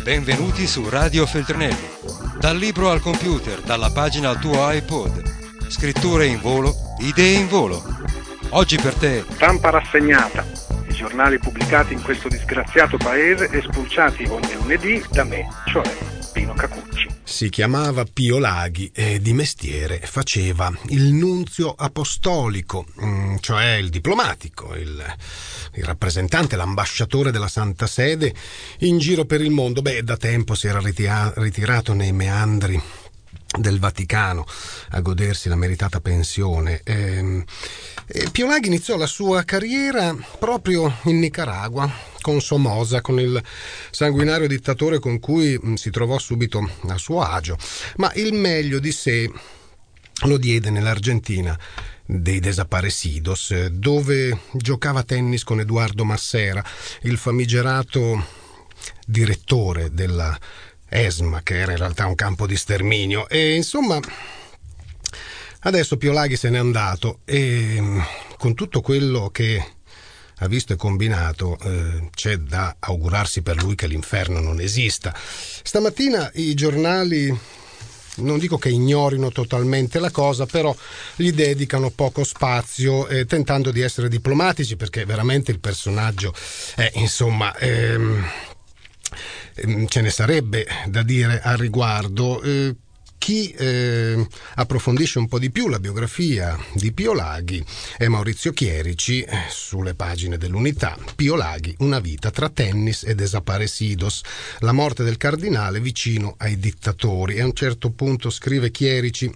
Benvenuti su Radio Feltrinelli. Dal libro al computer, dalla pagina al tuo iPod. Scritture in volo, idee in volo. Oggi per te. Stampa rassegnata. I giornali pubblicati in questo disgraziato paese e spulciati ogni lunedì da me, cioè Pino Cacucci. Si chiamava Pio Laghi e di mestiere faceva il nunzio apostolico, cioè il diplomatico, il rappresentante, l'ambasciatore della Santa Sede in giro per il mondo. Da tempo si era ritirato nei meandri del Vaticano a godersi la meritata pensione. Pio Laghi iniziò la sua carriera proprio in Nicaragua, con Somoza, con il sanguinario dittatore con cui si trovò subito a suo agio, ma il meglio di sé lo diede nell'Argentina dei Desaparecidos, dove giocava a tennis con Eduardo Massera, il famigerato direttore della ESMA, che era in realtà un campo di sterminio. E insomma, adesso Pio Laghi se n'è andato e con tutto quello che ha visto e combinato, c'è da augurarsi per lui che l'inferno non esista. Stamattina i giornali, non dico che ignorino totalmente la cosa, però gli dedicano poco spazio, tentando di essere diplomatici, perché veramente il personaggio è, insomma, ce ne sarebbe da dire al riguardo. Chi approfondisce un po' di più la biografia di Pio Laghi è Maurizio Chierici, sulle pagine dell'Unità. Pio Laghi, una vita tra tennis e desaparecidos, la morte del cardinale vicino ai dittatori. E a un certo punto scrive Chierici: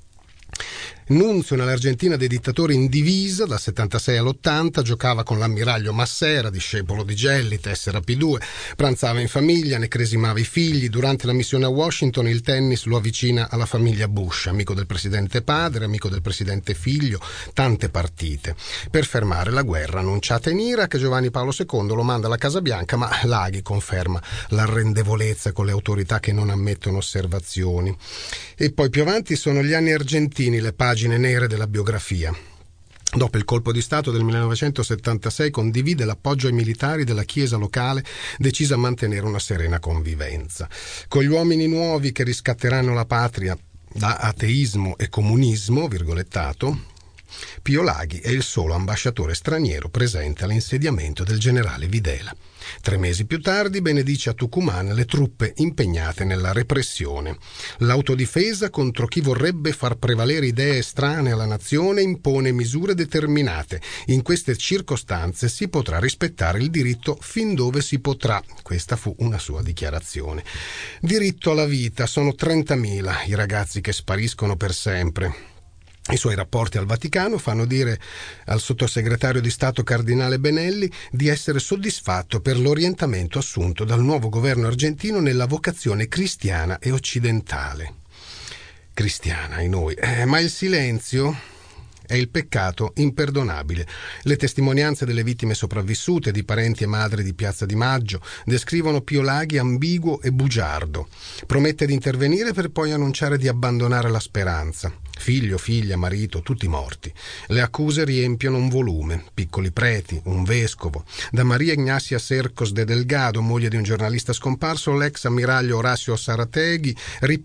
nunzio nell'Argentina dei dittatori in divisa dal 76 all'80, giocava con l'ammiraglio Massera, discepolo di Gelli, tessera P2, pranzava in famiglia, ne cresimava i figli. Durante la missione a Washington il tennis lo avvicina alla famiglia Bush, amico del presidente padre, amico del presidente figlio, tante partite. Per fermare la guerra annunciata in Iraq, Giovanni Paolo II lo manda alla Casa Bianca, ma Laghi conferma l'arrendevolezza con le autorità che non ammettono osservazioni. E poi più avanti sono gli anni argentini, le pagine nere della biografia. Dopo il colpo di Stato del 1976 condivide l'appoggio ai militari della Chiesa locale, decisa a mantenere una serena convivenza. Con gli uomini nuovi che riscatteranno la patria da ateismo e comunismo, virgolettato, Pio Laghi è il solo ambasciatore straniero presente all'insediamento del generale Videla. 3 mesi più tardi benedice a Tucumán le truppe impegnate nella repressione. L'autodifesa contro chi vorrebbe far prevalere idee estranee alla nazione impone misure determinate. In queste circostanze si potrà rispettare il diritto fin dove si potrà. Questa fu una sua dichiarazione. Diritto alla vita. Sono 30.000 i ragazzi che spariscono per sempre. I suoi rapporti al Vaticano fanno dire al sottosegretario di Stato cardinale Benelli di essere soddisfatto per l'orientamento assunto dal nuovo governo argentino nella vocazione cristiana e occidentale. Cristiana, ai noi. Ma il silenzio è il peccato imperdonabile. Le testimonianze delle vittime sopravvissute, di parenti e madri di Piazza di Maggio, descrivono Pio Laghi ambiguo e bugiardo. Promette di intervenire per poi annunciare di abbandonare la speranza. Figlio, figlia, marito, tutti morti. Le accuse riempiono un volume. Piccoli preti, un vescovo. Da Maria Ignacia Cercos de Delgado, moglie di un giornalista scomparso, l'ex ammiraglio Orazio Sarategui,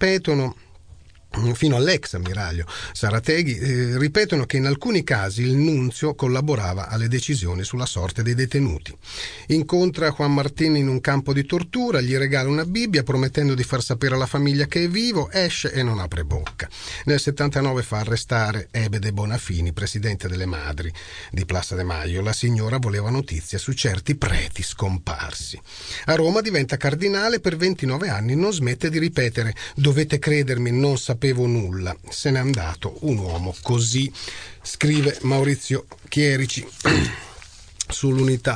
fino all'ex ammiraglio Sarategui, ripetono che in alcuni casi il nunzio collaborava alle decisioni sulla sorte dei detenuti. Incontra Juan Martín in un campo di tortura, gli regala una Bibbia promettendo di far sapere alla famiglia che è vivo, esce e non apre bocca. Nel 79 fa arrestare Ebede Bonafini, presidente delle Madri di Plaza de Mayo. La signora voleva notizie su certi preti scomparsi. A Roma diventa cardinale, per 29 anni non smette di ripetere: dovete credermi, non sapevo nulla. Se n'è andato un uomo così, scrive Maurizio Chierici sull'Unità.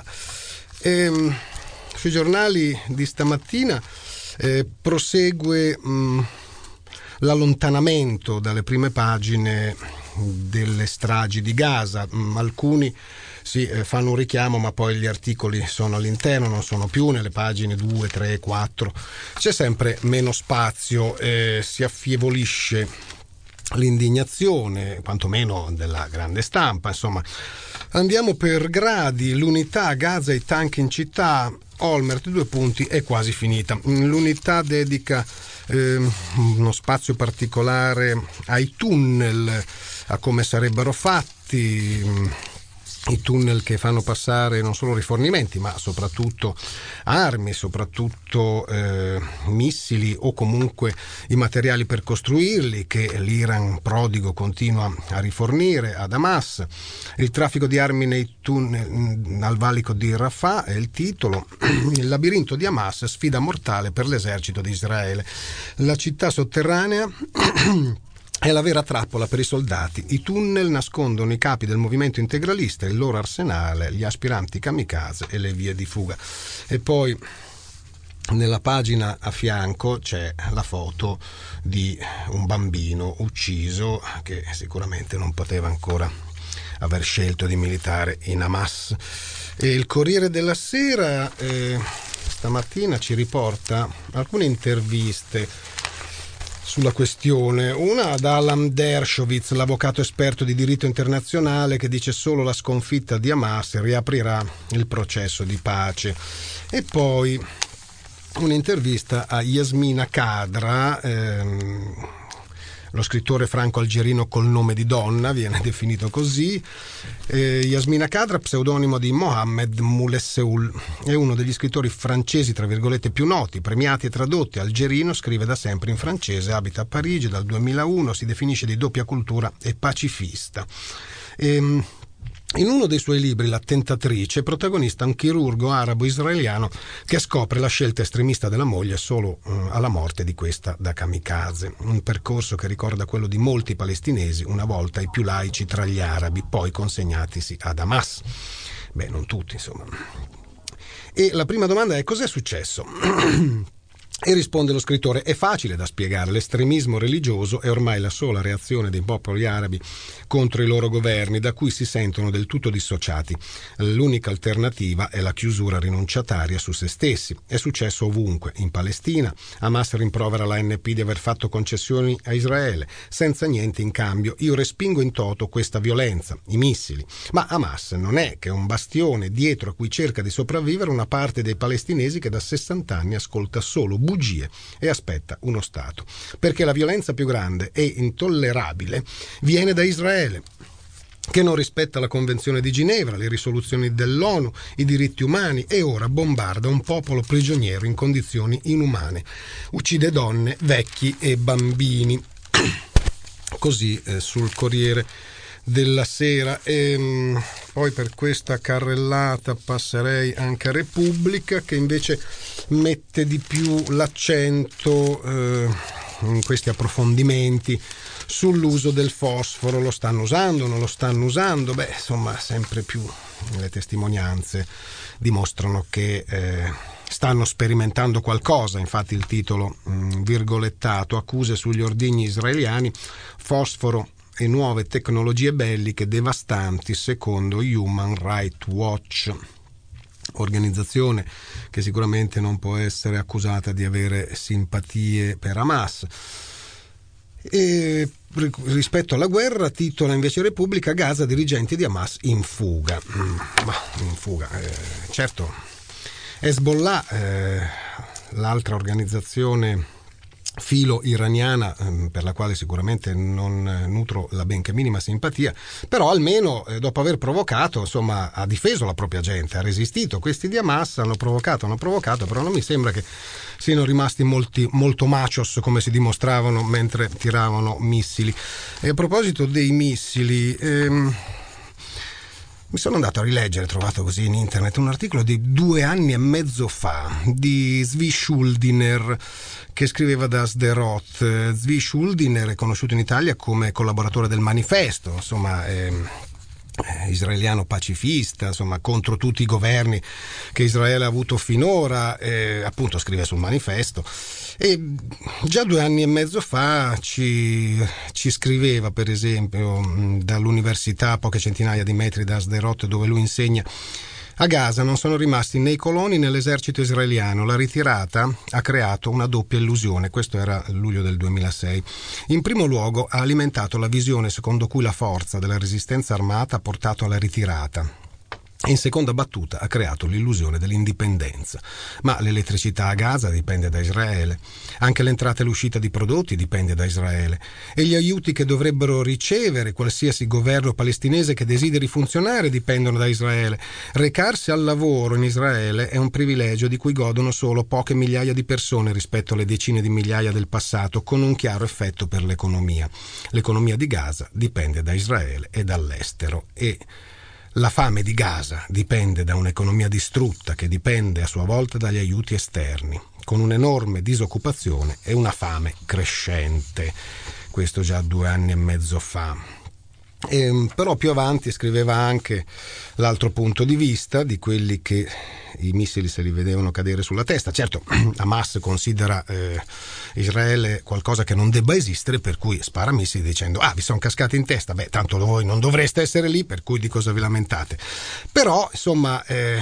Sui giornali di stamattina prosegue l'allontanamento dalle prime pagine delle stragi di Gaza. Alcuni fanno un richiamo, ma poi gli articoli sono all'interno, non sono più nelle pagine 2, 3, 4. C'è sempre meno spazio, si affievolisce l'indignazione, quantomeno della grande stampa. Insomma, andiamo per gradi. L'Unità, Gaza, i tank in città. Olmert, è quasi finita. L'unità dedica uno spazio particolare ai tunnel, a come sarebbero fatti i tunnel che fanno passare non solo rifornimenti ma soprattutto armi, soprattutto missili o comunque i materiali per costruirli, che l'Iran prodigo continua a rifornire ad Hamas. Il traffico di armi nei tunnel al valico di Rafah è il titolo. Il labirinto di Hamas, sfida mortale per l'esercito di Israele. La città sotterranea è la vera trappola per i soldati. I tunnel nascondono i capi del movimento integralista, il loro arsenale, gli aspiranti kamikaze e le vie di fuga. E poi nella pagina a fianco c'è la foto di un bambino ucciso che sicuramente non poteva ancora aver scelto di militare in Hamas. E il Corriere della Sera stamattina ci riporta alcune interviste sulla questione, una da Alan Dershowitz, l'avvocato esperto di diritto internazionale, che dice solo la sconfitta di Hamas riaprirà il processo di pace, e poi un'intervista a Yasmina Khadra, lo scrittore franco-algerino col nome di donna, viene definito così. Yasmina Khadra, pseudonimo di Mohamed Moulesseoul, è uno degli scrittori francesi tra virgolette più noti, premiati e tradotti. Algerino, scrive da sempre in francese, abita a Parigi dal 2001, si definisce di doppia cultura e pacifista. In uno dei suoi libri, La tentatrice, è protagonista un chirurgo arabo-israeliano che scopre la scelta estremista della moglie solo alla morte di questa da kamikaze. Un percorso che ricorda quello di molti palestinesi, una volta i più laici tra gli arabi, poi consegnatisi ad Hamas. Beh, non tutti, insomma. E la prima domanda è: cos'è successo? E risponde lo scrittore: è facile da spiegare, l'estremismo religioso è ormai la sola reazione dei popoli arabi contro i loro governi, da cui si sentono del tutto dissociati. L'unica alternativa è la chiusura rinunciataria su se stessi. È successo ovunque, in Palestina. Hamas rimprovera l'ANP di aver fatto concessioni a Israele, senza niente in cambio. Io respingo in toto questa violenza, i missili. Ma Hamas non è che un bastione dietro a cui cerca di sopravvivere una parte dei palestinesi che da 60 anni ascolta solo bugie e aspetta uno Stato, perché la violenza più grande e intollerabile viene da Israele, che non rispetta la Convenzione di Ginevra, le risoluzioni dell'ONU, i diritti umani, e ora bombarda un popolo prigioniero in condizioni inumane, uccide donne, vecchi e bambini. Così sul Corriere della Sera. E poi per questa carrellata passerei anche a Repubblica, che invece mette di più l'accento in questi approfondimenti sull'uso del fosforo. Lo stanno usando, non lo stanno usando? Beh, insomma, sempre più le testimonianze dimostrano che stanno sperimentando qualcosa. Infatti il titolo virgolettato: accuse sugli ordigni israeliani, fosforo e nuove tecnologie belliche devastanti secondo Human Rights Watch, organizzazione che sicuramente non può essere accusata di avere simpatie per Hamas. E rispetto alla guerra, titola invece Repubblica: Gaza, dirigenti di Hamas in fuga. Certo, Hezbollah, l'altra organizzazione filo iraniana, per la quale sicuramente non nutro la benché minima simpatia, però almeno dopo aver provocato, insomma, ha difeso la propria gente, ha resistito. Questi di Hamas hanno provocato, però non mi sembra che siano rimasti molto machos come si dimostravano mentre tiravano missili. E a proposito dei missili, mi sono andato a rileggere, trovato così in internet, un articolo di 2 anni e mezzo fa di Zvi Shuldiner, che scriveva da Sderot. Zvi Shuldiner è conosciuto in Italia come collaboratore del Manifesto, insomma, israeliano pacifista, insomma, contro tutti i governi che Israele ha avuto finora, appunto scrive sul Manifesto. E già 2 anni e mezzo fa ci scriveva, per esempio, dall'università a poche centinaia di metri da Sderot, dove lui insegna: a Gaza non sono rimasti né i coloni né l'esercito israeliano. La ritirata ha creato una doppia illusione. Questo era luglio del 2006. In primo luogo ha alimentato la visione secondo cui la forza della resistenza armata ha portato alla ritirata. e in seconda battuta ha creato l'illusione dell'indipendenza. Ma l'elettricità a Gaza dipende da Israele, anche l'entrata e l'uscita di prodotti dipende da Israele, e gli aiuti che dovrebbero ricevere qualsiasi governo palestinese che desideri funzionare dipendono da Israele. Recarsi al lavoro in Israele è un privilegio di cui godono solo poche migliaia di persone rispetto alle decine di migliaia del passato, con un chiaro effetto per l'economia. L'economia di Gaza dipende da Israele e dall'estero, e la fame di Gaza dipende da un'economia distrutta che dipende a sua volta dagli aiuti esterni, con un'enorme disoccupazione e una fame crescente. Questo già 2 anni e mezzo fa. Però più avanti scriveva anche l'altro punto di vista di quelli che i missili se li vedevano cadere sulla testa. Certo, Hamas considera Israele qualcosa che non debba esistere, per cui spara missili dicendo vi sono cascati in testa, tanto voi non dovreste essere lì, per cui di cosa vi lamentate. Però insomma,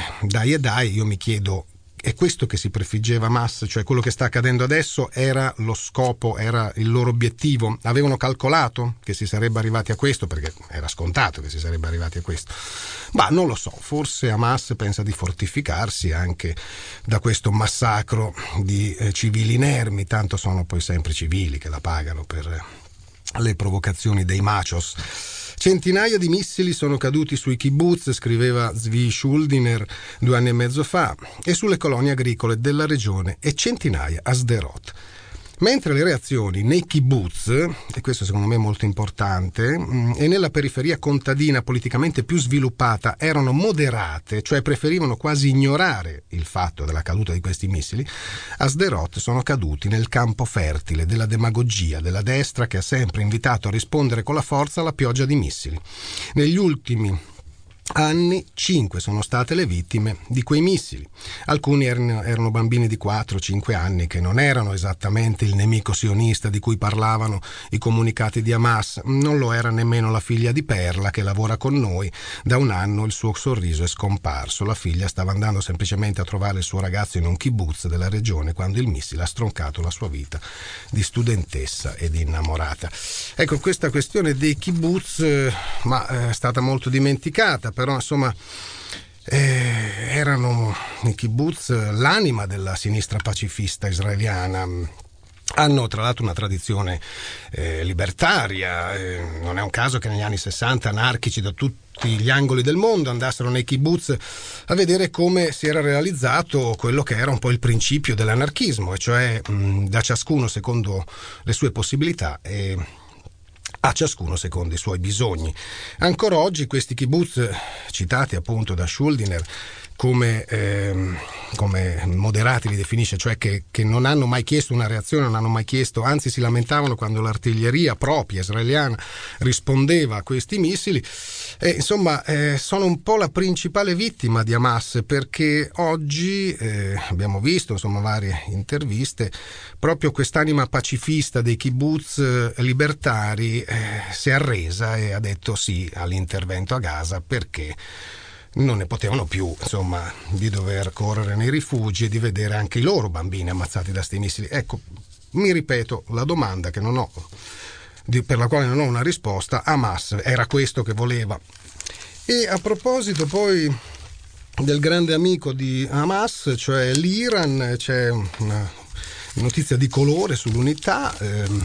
dai, io mi chiedo, è questo che si prefiggeva Hamas? Cioè quello che sta accadendo adesso era lo scopo, era il loro obiettivo? Avevano calcolato che si sarebbe arrivati a questo? Perché era scontato che si sarebbe arrivati a questo. Ma non lo so, forse Hamas pensa di fortificarsi anche da questo massacro di civili inermi, tanto sono poi sempre civili che la pagano per le provocazioni dei machos. Centinaia di missili sono caduti sui kibbutz, scriveva Zvi Shuldiner 2 anni e mezzo fa, e sulle colonie agricole della regione, e centinaia a Sderot. Mentre le reazioni nei kibbutz, e questo secondo me è molto importante, e nella periferia contadina politicamente più sviluppata erano moderate, cioè preferivano quasi ignorare il fatto della caduta di questi missili, a Sderot sono caduti nel campo fertile della demagogia della destra, che ha sempre invitato a rispondere con la forza alla pioggia di missili. Negli ultimi anni 5 sono state le vittime di quei missili. Alcuni erano bambini di 4-5 anni che non erano esattamente il nemico sionista di cui parlavano i comunicati di Hamas. Non lo era nemmeno la figlia di Perla, che lavora con noi. Da 1 anno il suo sorriso è scomparso. La figlia stava andando semplicemente a trovare il suo ragazzo in un kibbutz della regione quando il missile ha stroncato la sua vita di studentessa e di innamorata. Ecco, questa questione dei kibbutz è stata molto dimenticata, però insomma erano i kibbutz l'anima della sinistra pacifista israeliana. Hanno tra l'altro una tradizione libertaria, non è un caso che negli anni 60 anarchici da tutti gli angoli del mondo andassero nei kibbutz a vedere come si era realizzato quello che era un po' il principio dell'anarchismo, e cioè da ciascuno secondo le sue possibilità e a ciascuno secondo i suoi bisogni. Ancora oggi questi kibbutz, citati appunto da Schuldiner come moderati li definisce, cioè che non hanno mai chiesto una reazione, non hanno mai chiesto, anzi si lamentavano quando l'artiglieria propria israeliana rispondeva a questi missili, sono un po' la principale vittima di Hamas, perché oggi abbiamo visto varie interviste, proprio quest'anima pacifista dei kibbutz libertari si è arresa e ha detto sì all'intervento a Gaza, perché non ne potevano più, di dover correre nei rifugi e di vedere anche i loro bambini ammazzati da sti missili. Ecco, mi ripeto, la domanda che non ho, per la quale non ho una risposta: Hamas era questo che voleva? E a proposito poi del grande amico di Hamas, cioè l'Iran, c'è una notizia di colore sull'Unità.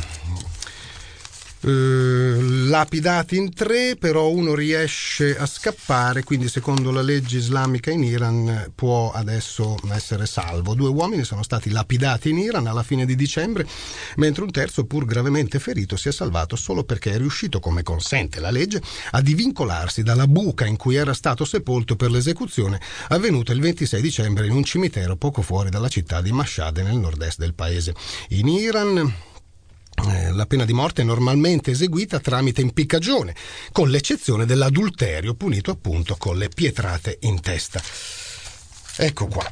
Lapidati in 3, però uno riesce a scappare, quindi secondo la legge islamica in Iran può adesso essere salvo. 2 uomini sono stati lapidati in Iran alla fine di dicembre, mentre un terzo, pur gravemente ferito, si è salvato solo perché è riuscito, come consente la legge, a divincolarsi dalla buca in cui era stato sepolto per l'esecuzione avvenuta il 26 dicembre in un cimitero poco fuori dalla città di Mashhad, nel nord-est del paese. In Iran la pena di morte è normalmente eseguita tramite impiccagione, con l'eccezione dell'adulterio, punito appunto con le pietrate in testa. Ecco qua,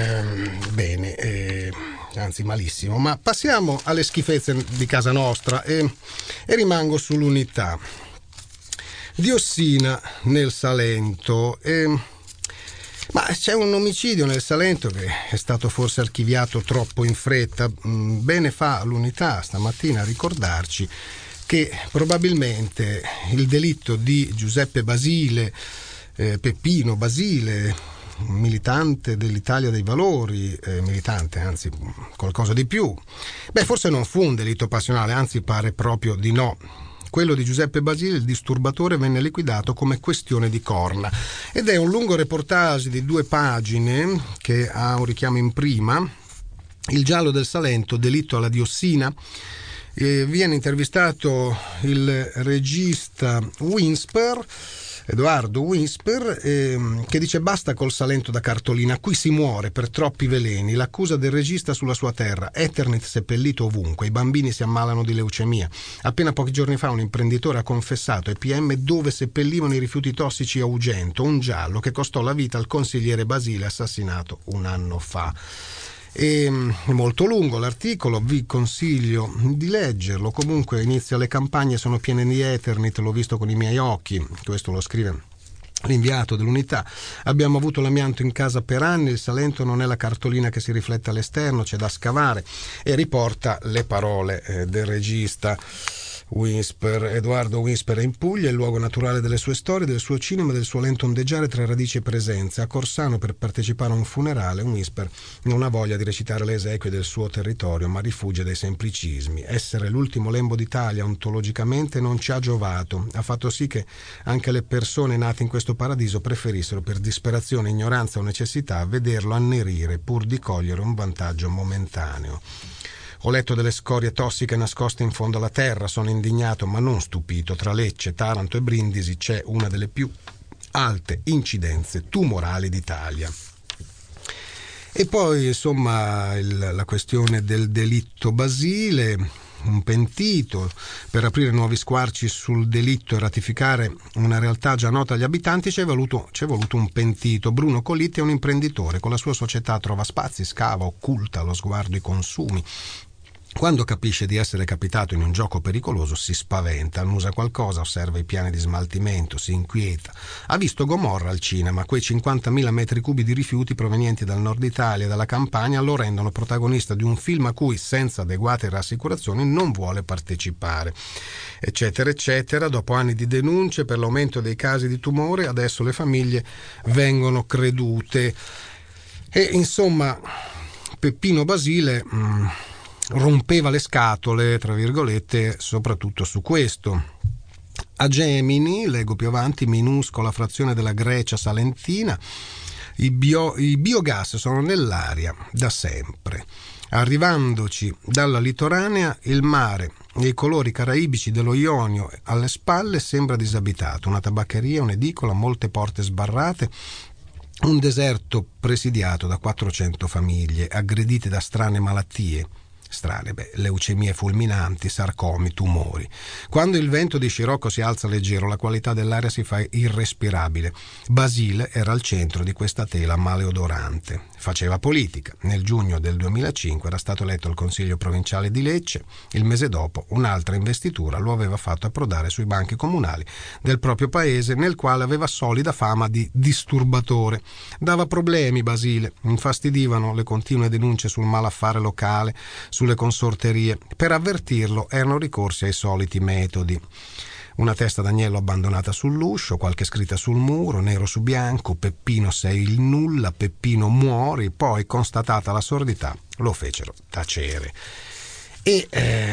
bene, anzi malissimo, ma passiamo alle schifezze di casa nostra e rimango sull'Unità. Diossina nel Salento. Ma c'è un omicidio nel Salento che è stato forse archiviato troppo in fretta. Bene fa l'Unità stamattina a ricordarci che probabilmente il delitto di Giuseppe Basile Peppino Basile, militante dell'Italia dei Valori, militante, anzi qualcosa di più. Forse non fu un delitto passionale, anzi pare proprio di no. Quello di Giuseppe Basile, il disturbatore, venne liquidato come questione di corna, ed è un lungo reportage di 2 pagine che ha un richiamo in prima. Il giallo del Salento, delitto alla diossina. Viene intervistato il regista Edoardo Winsper, che dice: basta col Salento da cartolina, qui si muore per troppi veleni, l'accusa del regista sulla sua terra, Eternit seppellito ovunque, i bambini si ammalano di leucemia. Appena pochi giorni fa un imprenditore ha confessato ai PM dove seppellivano i rifiuti tossici a Ugento, un giallo che costò la vita al consigliere Basile, assassinato un anno fa. È molto lungo l'articolo, vi consiglio di leggerlo. Comunque inizia: le campagne sono piene di Eternit, l'ho visto con i miei occhi. Questo lo scrive l'inviato dell'Unità. Abbiamo avuto l'amianto in casa per anni, il Salento non è la cartolina che si riflette all'esterno, c'è da scavare. E riporta le parole del regista Edoardo Winsper. È in Puglia, il luogo naturale delle sue storie, del suo cinema, del suo lento ondeggiare tra radici e presenze. A Corsano, per partecipare a un funerale, Winsper non ha voglia di recitare le esequie del suo territorio, ma rifugge dai semplicismi. Essere l'ultimo lembo d'Italia ontologicamente non ci ha giovato, ha fatto sì che anche le persone nate in questo paradiso preferissero, per disperazione, ignoranza o necessità, vederlo annerire pur di cogliere un vantaggio momentaneo. Ho letto delle scorie tossiche nascoste in fondo alla terra, sono indignato ma non stupito. Tra Lecce, Taranto e Brindisi c'è una delle più alte incidenze tumorali d'Italia. E poi insomma la questione del delitto Basile, un pentito. Per aprire nuovi squarci sul delitto e ratificare una realtà già nota agli abitanti c'è voluto un pentito. Bruno Colitti è un imprenditore, con la sua società trova spazi, scava, occulta allo sguardo i consumi. Quando capisce di essere capitato in un gioco pericoloso si spaventa, annusa qualcosa, osserva i piani di smaltimento, si inquieta. Ha visto Gomorra al cinema, quei 50.000 metri cubi di rifiuti provenienti dal nord Italia e dalla Campania lo rendono protagonista di un film a cui, senza adeguate rassicurazioni, non vuole partecipare. Eccetera, eccetera. Dopo anni di denunce per l'aumento dei casi di tumore, adesso le famiglie vengono credute. E insomma, Peppino Basile rompeva le scatole, tra virgolette, soprattutto su questo. A Gemini, leggo più avanti, minuscola frazione della Grecia salentina, i biogas sono nell'aria da sempre. Arrivandoci dalla litoranea, il mare e i colori caraibici dello Ionio alle spalle sembra disabitato. Una tabaccheria, un'edicola, molte porte sbarrate, un deserto presidiato da 400 famiglie aggredite da strane malattie. Leucemie fulminanti, sarcomi, tumori. Quando il vento di scirocco si alza leggero, la qualità dell'aria si fa irrespirabile. Basile era al centro di questa tela maleodorante. Faceva politica. Nel giugno del 2005 era stato eletto al Consiglio provinciale di Lecce. Il mese dopo un'altra investitura lo aveva fatto approdare sui banchi comunali del proprio paese, nel quale aveva solida fama di disturbatore. Dava problemi Basile, infastidivano le continue denunce sul malaffare locale, sulle consorterie. Per avvertirlo erano ricorsi ai soliti metodi. Una testa d'agnello abbandonata sull'uscio, qualche scritta sul muro, nero su bianco: Peppino sei il nulla, Peppino muori. Poi, constatata la sordità, lo fecero tacere. E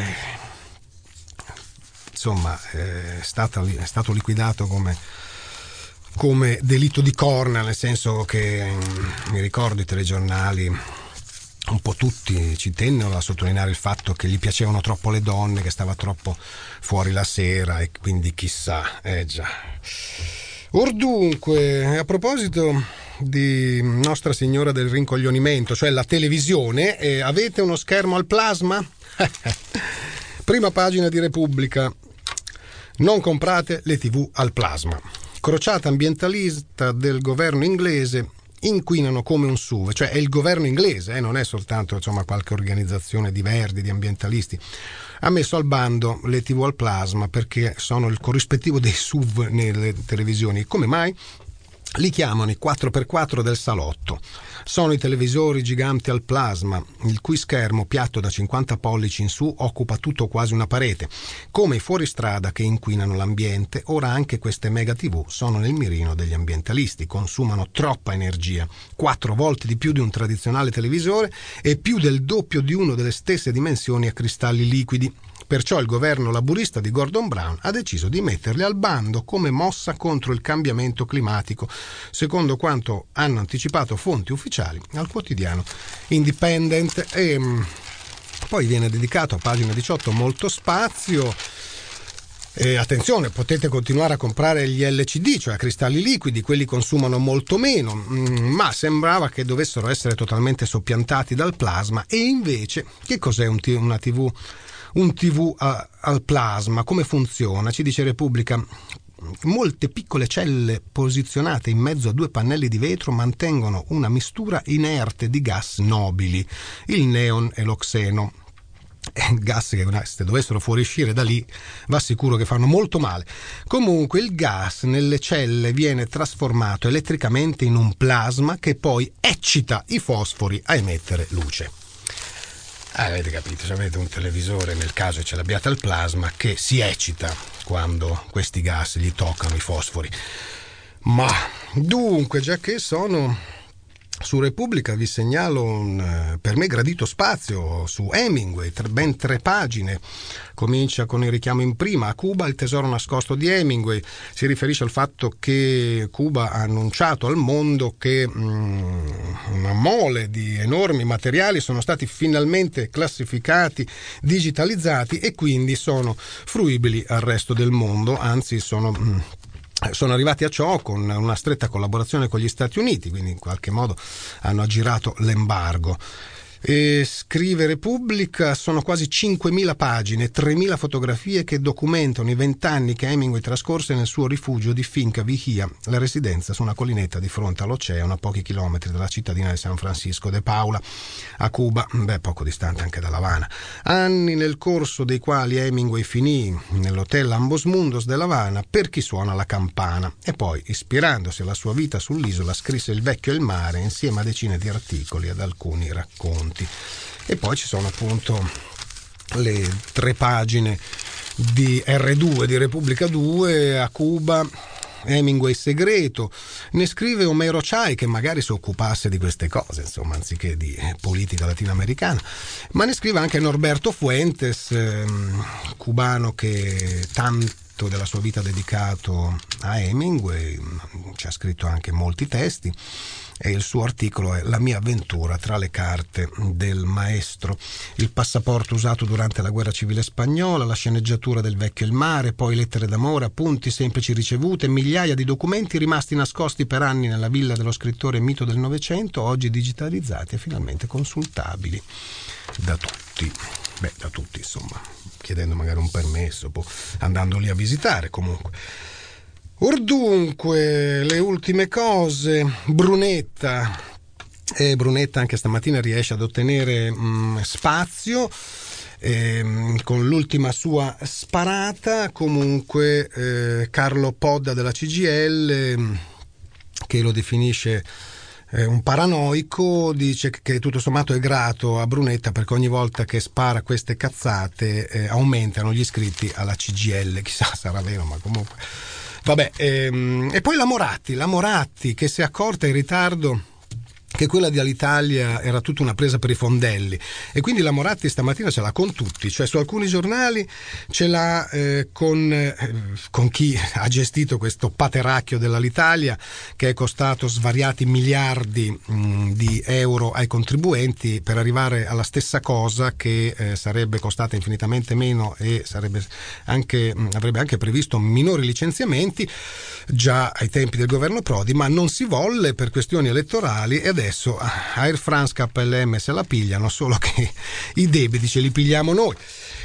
insomma è stato liquidato come delitto di corna, nel senso che mi ricordo i telegiornali un po' tutti ci tennero a sottolineare il fatto che gli piacevano troppo le donne, che stava troppo fuori la sera, e quindi chissà, già. Ordunque, a proposito di Nostra Signora del Rincoglionimento, cioè la televisione, avete uno schermo al plasma? Prima pagina di Repubblica: non comprate le TV al plasma. Crociata ambientalista del governo inglese, inquinano come un SUV, cioè è il governo inglese, non è soltanto qualche organizzazione di verdi, di ambientalisti, ha messo al bando le TV al plasma perché sono il corrispettivo dei SUV nelle televisioni. Come mai? Li chiamano i 4x4 del salotto. Sono i televisori giganti al plasma, il cui schermo piatto da 50 pollici in su occupa tutto o quasi una parete. Come i fuoristrada che inquinano l'ambiente, ora anche queste mega TV sono nel mirino degli ambientalisti. Consumano troppa energia, 4 volte di più di un tradizionale televisore e più del doppio di uno delle stesse dimensioni a cristalli liquidi. Perciò il governo laburista di Gordon Brown ha deciso di metterli al bando come mossa contro il cambiamento climatico, secondo quanto hanno anticipato fonti ufficiali al quotidiano Independent. E poi viene dedicato a pagina 18 molto spazio. Attenzione, potete continuare a comprare gli LCD, cioè a cristalli liquidi, quelli consumano molto meno, ma sembrava che dovessero essere totalmente soppiantati dal plasma. E invece, che cos'è una TV? Un TV al plasma, come funziona? Ci dice Repubblica: molte piccole celle posizionate in mezzo a 2 pannelli di vetro mantengono una mistura inerte di gas nobili, il neon e l'oxeno. Gas che se dovessero fuoriuscire da lì va sicuro che fanno molto male. Comunque il gas nelle celle viene trasformato elettricamente in un plasma che poi eccita i fosfori a emettere luce. Avete capito, se avete un televisore, nel caso ce l'abbiate al plasma, che si eccita quando questi gas gli toccano i fosfori. Ma dunque, già che sono su Repubblica, vi segnalo un per me gradito spazio su Hemingway, ben 3 pagine. Comincia con il richiamo in prima a Cuba, il tesoro nascosto di Hemingway. Si riferisce al fatto che Cuba ha annunciato al mondo che una mole di enormi materiali sono stati finalmente classificati, digitalizzati e quindi sono fruibili al resto del mondo, anzi sono arrivati a ciò con una stretta collaborazione con gli Stati Uniti, quindi in qualche modo hanno aggirato l'embargo. E scrive Repubblica, sono quasi 5.000 pagine, 3.000 fotografie che documentano i 20 anni che Hemingway trascorse nel suo rifugio di Finca Vigía, la residenza su una collinetta di fronte all'oceano a pochi chilometri dalla cittadina di San Francisco de Paula, a Cuba, poco distante anche da La Habana. Anni nel corso dei quali Hemingway finì nell'hotel Ambos Mundos de La Habana per chi suona la campana e poi, ispirandosi alla sua vita sull'isola, scrisse Il vecchio e il mare insieme a decine di articoli ed alcuni racconti. E poi ci sono appunto le 3 pagine di R2, di Repubblica 2, a Cuba, Hemingway segreto. Ne scrive Homero Chai, che magari si occupasse di queste cose, insomma, anziché di politica latinoamericana, ma ne scrive anche Norberto Fuentes, cubano che tanto della sua vita ha dedicato a Hemingway, ci ha scritto anche molti testi. E il suo articolo è La mia avventura tra le carte del maestro, il passaporto usato durante la guerra civile spagnola, la sceneggiatura del vecchio e il mare, poi lettere d'amore, appunti semplici ricevute, migliaia di documenti rimasti nascosti per anni nella villa dello scrittore mito del Novecento, oggi digitalizzati e finalmente consultabili da tutti. Da tutti, insomma, chiedendo magari un permesso, andando lì a visitare comunque. Ordunque, le ultime cose. Brunetta anche stamattina riesce ad ottenere spazio con l'ultima sua sparata. Comunque Carlo Podda della CGIL, che lo definisce un paranoico, dice che tutto sommato è grato a Brunetta perché ogni volta che spara queste cazzate aumentano gli iscritti alla CGIL. Chissà, sarà vero, ma comunque vabbè. E poi la Moratti che si è accorta in ritardo che quella di Alitalia era tutta una presa per i fondelli, e quindi la Moratti stamattina ce l'ha con tutti, cioè su alcuni giornali ce l'ha con chi ha gestito questo pateracchio dell'Alitalia, che è costato svariati miliardi di euro ai contribuenti per arrivare alla stessa cosa, che sarebbe costata infinitamente meno e avrebbe anche previsto minori licenziamenti già ai tempi del governo Prodi, ma non si volle per questioni elettorali, e adesso Air France, KLM se la pigliano, solo che i debiti ce li pigliamo noi.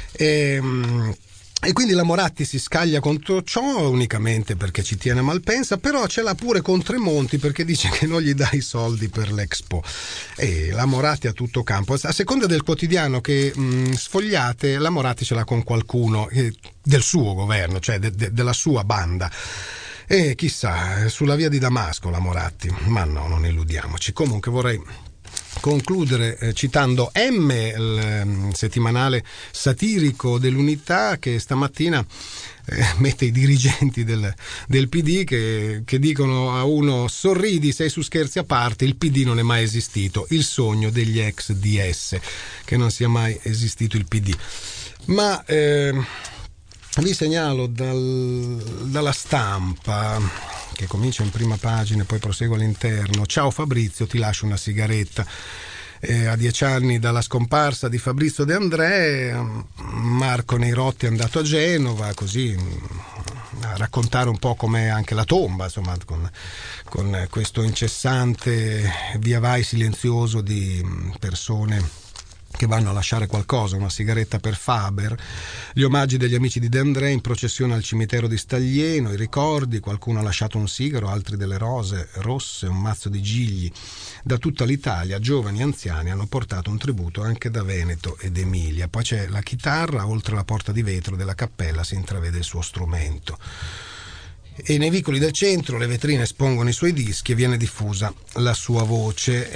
E quindi la Moratti si scaglia contro ciò unicamente perché ci tiene a Malpensa, però ce l'ha pure con Tremonti perché dice che non gli dà i soldi per l'Expo. E la Moratti a tutto campo. A seconda del quotidiano che sfogliate, la Moratti ce l'ha con qualcuno del suo governo, cioè della sua banda. E chissà, sulla via di Damasco la Moratti, ma no, non illudiamoci. Comunque vorrei concludere citando M, il settimanale satirico dell'Unità, che stamattina mette i dirigenti del PD che dicono a uno: sorridi, sei su Scherzi a parte, il PD non è mai esistito, il sogno degli ex DS, che non sia mai esistito il PD. Ma vi segnalo dalla Stampa, che comincia in prima pagina e poi prosegue all'interno: ciao Fabrizio, ti lascio una sigaretta. A 10 anni dalla scomparsa di Fabrizio De André, Marco Neirotti è andato a Genova così a raccontare un po' com'è anche la tomba, insomma, con questo incessante via vai silenzioso di persone che vanno a lasciare qualcosa, una sigaretta per Faber, gli omaggi degli amici di De André in processione al cimitero di Staglieno, i ricordi, qualcuno ha lasciato un sigaro, altri delle rose rosse, un mazzo di gigli. Da tutta l'Italia, giovani e anziani hanno portato un tributo anche da Veneto ed Emilia. Poi c'è la chitarra, oltre la porta di vetro della cappella si intravede il suo strumento. E nei vicoli del centro le vetrine espongono i suoi dischi e viene diffusa la sua voce.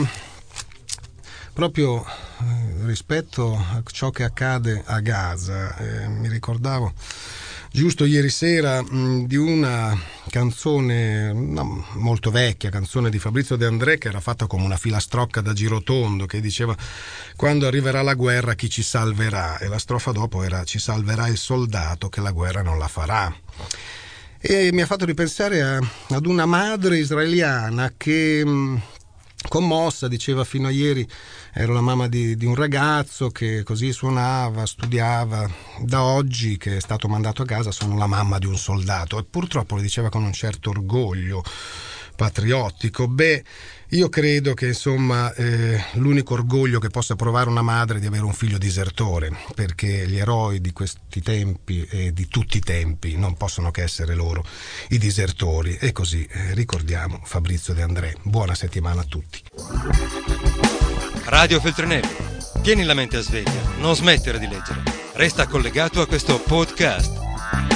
Proprio rispetto a ciò che accade a Gaza, mi ricordavo giusto ieri sera di una canzone molto vecchia, canzone di Fabrizio De André, che era fatta come una filastrocca da girotondo, che diceva: quando arriverà la guerra chi ci salverà? E la strofa dopo era: ci salverà il soldato che la guerra non la farà. E mi ha fatto ripensare ad una madre israeliana che, commossa, diceva: fino a ieri ero la mamma di un ragazzo che così suonava, studiava, da oggi che è stato mandato a casa sono la mamma di un soldato. E purtroppo lo diceva con un certo orgoglio patriottico. Io credo che insomma l'unico orgoglio che possa provare una madre è di avere un figlio disertore, perché gli eroi di questi tempi e di tutti i tempi non possono che essere loro i disertori. E così ricordiamo Fabrizio De André. Buona settimana a tutti. Radio Feltrinelli, tieni la mente a sveglia, non smettere di leggere, resta collegato a questo podcast.